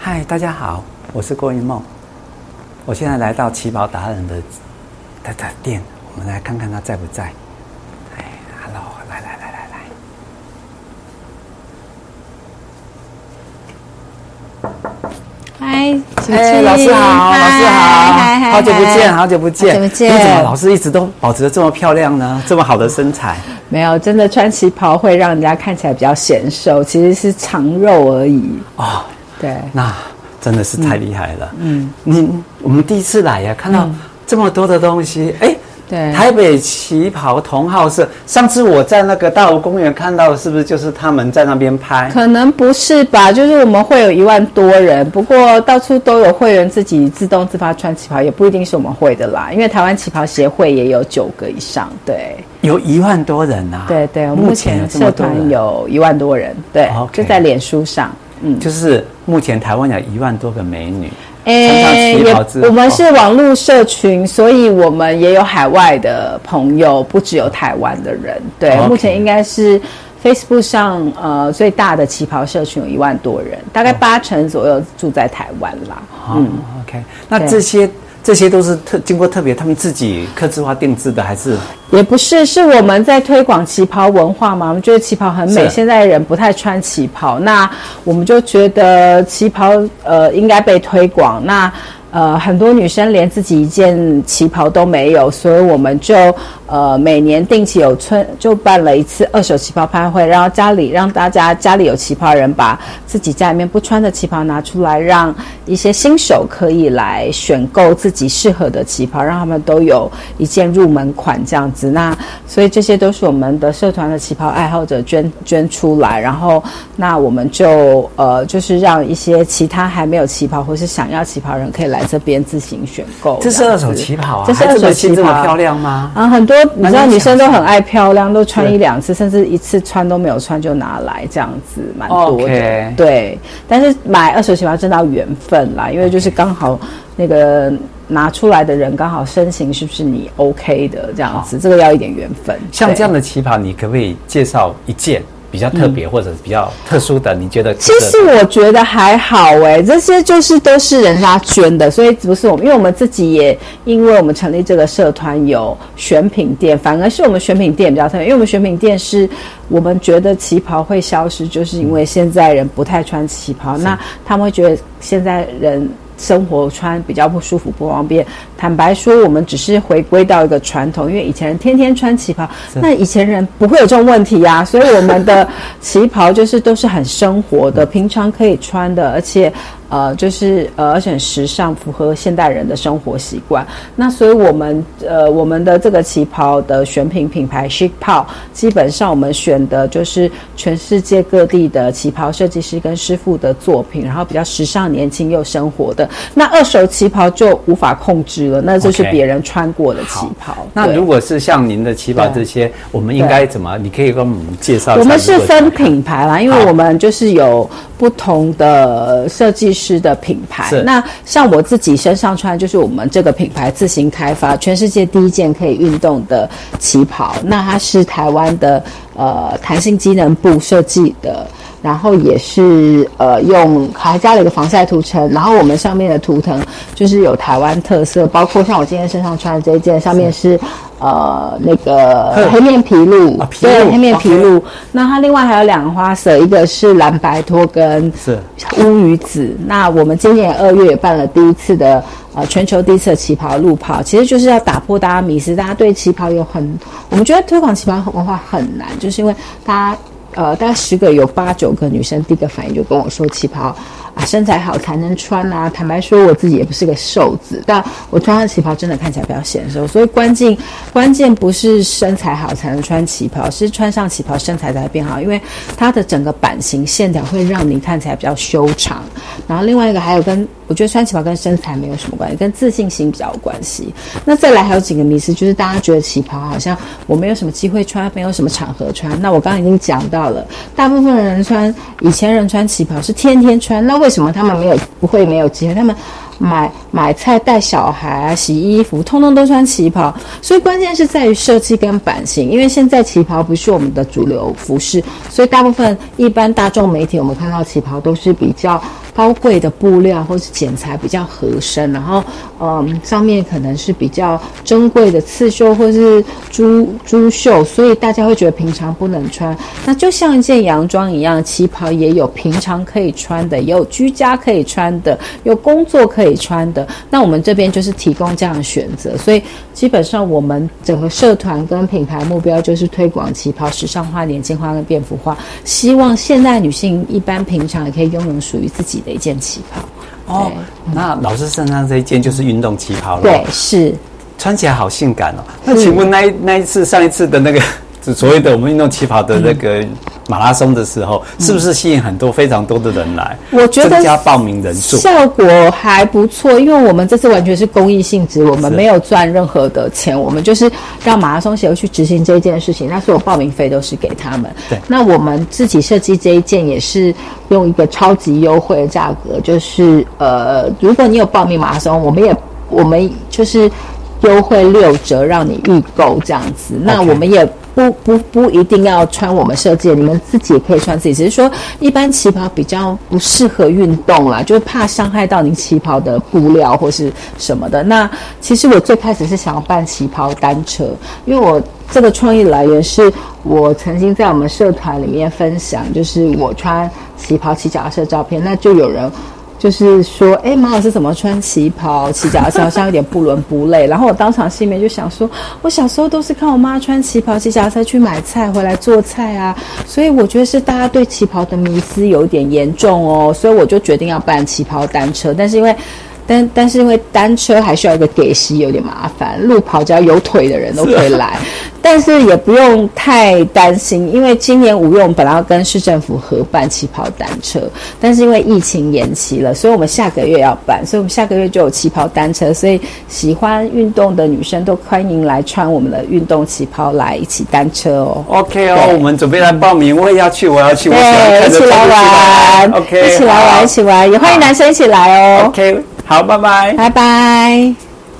嗨，大家好，我是郭云梦。我现在来到旗袍达人的店，我们来看看他在不在。哎 ，Hello， 来。 嗨， 老师好，老师好，好久不见，好久不见。 你怎么老师一直都保持得这么漂亮呢？这么好的身材？ 没有，真的穿旗袍会让人家看起来比较显瘦，其实是长肉而已。哦，对， 那真的是太厉害了。我们第一次来呀，看到这么多的东西，对，台北旗袍同好社，上次我在那个大湖公园看到，是不是就是他们在那边拍？ 可能不是吧，就是我们会有1万多人，不过到处都有会员自己自动自发穿旗袍，也不一定是我们会的啦，因为台湾旗袍协会也有9个以上，对， 有1万多人啊。 对，目前社团有1万多人，对，就在脸书上， 就是目前台湾有1万多个美女。 我们是网络社群，所以我们也有海外的朋友，不只有台湾的人。对，目前应该是 Facebook 上最大的旗袍社群有1万多人，大概80%左右住在台湾啦。 OK， 那这些都是经过特别他们自己客制化定制的，还是？ 也不是，是我们在推广旗袍文化嘛。我们觉得旗袍很美，现在人不太穿旗袍，那我们就觉得旗袍应该被推广。那很多女生连自己一件旗袍都没有，所以我们就每年定期就办了一次2手旗袍拍会，让大家家里有旗袍的人把自己家里面不穿的旗袍拿出来，让一些新手可以来选购自己适合的旗袍，让他们都有一件入门款这样子。那所以这些都是我们的社团的旗袍爱好者捐出来，然后那我们就是让一些其他还没有旗袍或是想要旗袍的人可以来这边自行选购。 这是2手旗袍啊？ 这是2手旗袍， 这么漂亮吗？ 很多你知道女生都很爱漂亮，都穿1-2次，甚至1次穿都没有穿就拿来，这样子蛮多的。对，但是买2手旗袍真的要缘分啦，因为就是刚好那个拿出来的人刚好身形是不是你 OK 的这样子，这个要一点缘分。 像这样的旗袍，你可不可以介绍一件比较特别或者比较特殊的？你觉得？ 其实我觉得还好这些就是都是人家捐的，所以不是我们，因为我们自己也因为我们成立这个社团有选品店，反而是我们选品店比较特别，因为我们选品店是我们觉得旗袍会消失，就是因为现在人不太穿旗袍，那他们会觉得现在人生活穿比较不舒服不方便。坦白说，我们只是回归到一个传统，因为以前人天天穿旗袍，那以前人不会有这种问题啊，所以我们的旗袍就是都是很生活的，平常可以穿的，而且而且很时尚，符合现代人的生活习惯。那所以我们的这个旗袍的选品品牌 Chic Pao， 基本上我们选的就是全世界各地的旗袍设计师跟师傅的作品，然后比较时尚、年轻又生活的。那2手旗袍就无法控制了，那就是别人穿过的旗袍。 那如果是像您的旗袍这些，我们应该怎么？你可以跟我们介绍一下。 我们是分品牌啦，因为我们就是有不同的设计师的品牌。那像我自己身上穿，就是我们这个品牌自行开发，全世界第1件可以运动的旗袍。那它是台湾的弹性机能布设计的。然后也是还加了一个防晒涂层，然后我们上面的图腾就是有台湾特色，包括像我今天身上穿的这一件，上面是那个黑面琵鹭，对，黑面琵鹭。那它另外还有2个花色，一个是蓝白托跟乌鱼子。那我们今年2月也办了第1次的全球第1次的旗袍路跑，其实就是要打破大家迷思，大家对旗袍我们觉得推广旗袍文化很难，就是因为大概10个有8-9个女生第一个反应就跟我说旗袍身材好才能穿啊。坦白说我自己也不是个瘦子，但我穿上旗袍真的看起来比较显瘦，所以关键不是身材好才能穿旗袍，是穿上旗袍身材才会变好，因为它的整个版型线条会让你看起来比较修长。然后另外一个还有我觉得穿旗袍跟身材没有什么关系，跟自信心比较有关系。那再来还有几个迷思，就是大家觉得旗袍好像我没有什么机会穿，没有什么场合穿。那我刚刚已经讲到了，大部分人以前人穿旗袍是天天穿，那为什么他们不会没有机会？他们买菜、带小孩洗衣服，通通都穿旗袍。所以关键是在于设计跟版型，因为现在旗袍不是我们的主流服饰，所以大部分一般大众媒体我们看到旗袍都是比较高贵的布料或是剪裁比较合身，然后上面可能是比较珍贵的刺绣或是珠绣，所以大家会觉得平常不能穿。那就像一件洋装一样，旗袍也有平常可以穿的，也有居家可以穿的，有工作可以穿的。那我们这边就是提供这样的选择，所以基本上我们整个社团跟品牌目标就是推广旗袍时尚化、年轻化跟便服化，希望现代女性一般平常也可以拥有属于自己的一件旗袍。 哦，那老师身上这一件就是运动旗袍了。 对，是穿起来好性感哦。那请问上一次的那个所谓的我们运动旗袍的那个马拉松的时候，是不是吸引非常多的人来？ 我觉得增加报名人数， 效果还不错。因为我们这次完全是公益性质，我们没有赚任何的钱，我们就是让马拉松协会去执行这件事情，那所有报名费都是给他们。 对， 那我们自己设计这一件也是用一个超级优惠的价格，就是如果你有报名马拉松，我们就是优惠6折让你预购这样子。那我们也不一定要穿我们设计的，你们自己也可以穿自己，只是说一般旗袍比较不适合运动啦，就怕伤害到你旗袍的布料或是什么的。那其实我最开始是想要办旗袍单车，因为我这个创意来源是我曾经在我们社团里面分享，就是我穿旗袍骑脚踏车照片，那就有人就是说，马老师怎么穿旗袍骑脚踏车好像有点不伦不类。然后我当场心里面就想说，我小时候都是看我妈穿旗袍骑脚踏车去买菜回来做菜啊，所以我觉得是大家对旗袍的迷思有点严重哦，所以我就决定要办旗袍单车。但是因为单车还需要一个给息，有点麻烦，路跑只要有腿的人都可以来，但是也不用太担心，因为今年5月我们本来要跟市政府合办旗袍单车，但是因为疫情延期了，所以我们下个月要办，所以我们下个月就有旗袍单车，所以喜欢运动的女生都欢迎来穿我们的运动旗袍来一起单车哦。 OK 哦，我们准备来报名，我也要去，我要去， 对，一起来玩 ，OK， 一起来玩，一起玩，也欢迎男生一起来哦。 OK， 好，拜拜， 拜拜。